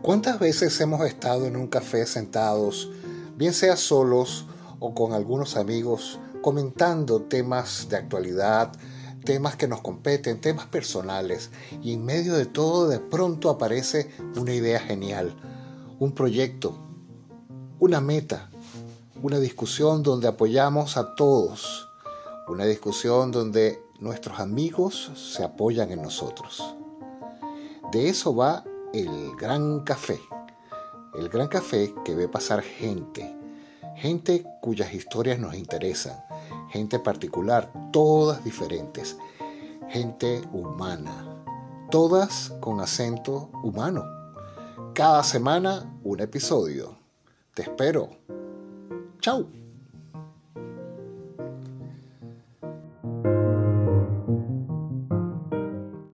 ¿Cuántas veces hemos estado en un café sentados, bien sea solos o con algunos amigos, comentando temas de actualidad, temas que nos competen, temas personales, y en medio de todo de pronto aparece una idea genial, un proyecto, una meta, una discusión donde apoyamos a todos, una discusión donde nuestros amigos se apoyan en nosotros? De eso va el gran café. El gran café que ve pasar gente cuyas historias nos interesan, gente particular, todas diferentes, gente humana, todas con acento humano. Cada semana un episodio. Te espero. Chao.